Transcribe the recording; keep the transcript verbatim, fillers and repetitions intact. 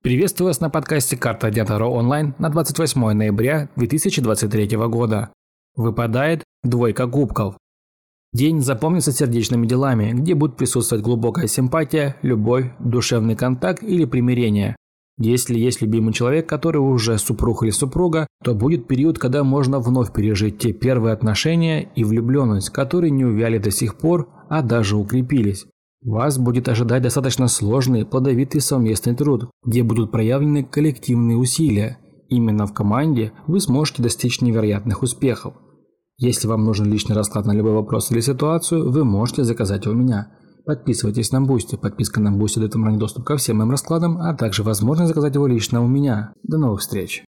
Приветствую вас на подкасте «Карта Дня Таро онлайн» на двадцать восьмое ноября две тысячи двадцать третьего года. Выпадает двойка кубков. День запомнится сердечными делами, где будет присутствовать глубокая симпатия, любовь, душевный контакт или примирение. Если есть любимый человек, который уже супруг или супруга, то будет период, когда можно вновь пережить те первые отношения и влюбленность, которые не увяли до сих пор, а даже укрепились. Вас будет ожидать достаточно сложный, плодовитый совместный труд, где будут проявлены коллективные усилия. Именно в команде вы сможете достичь невероятных успехов. Если вам нужен личный расклад на любой вопрос или ситуацию, вы можете заказать его у меня. Подписывайтесь на Boosty. Подписка на Boosty дает вам ранний доступ ко всем моим раскладам, а также возможность заказать его лично у меня. До новых встреч!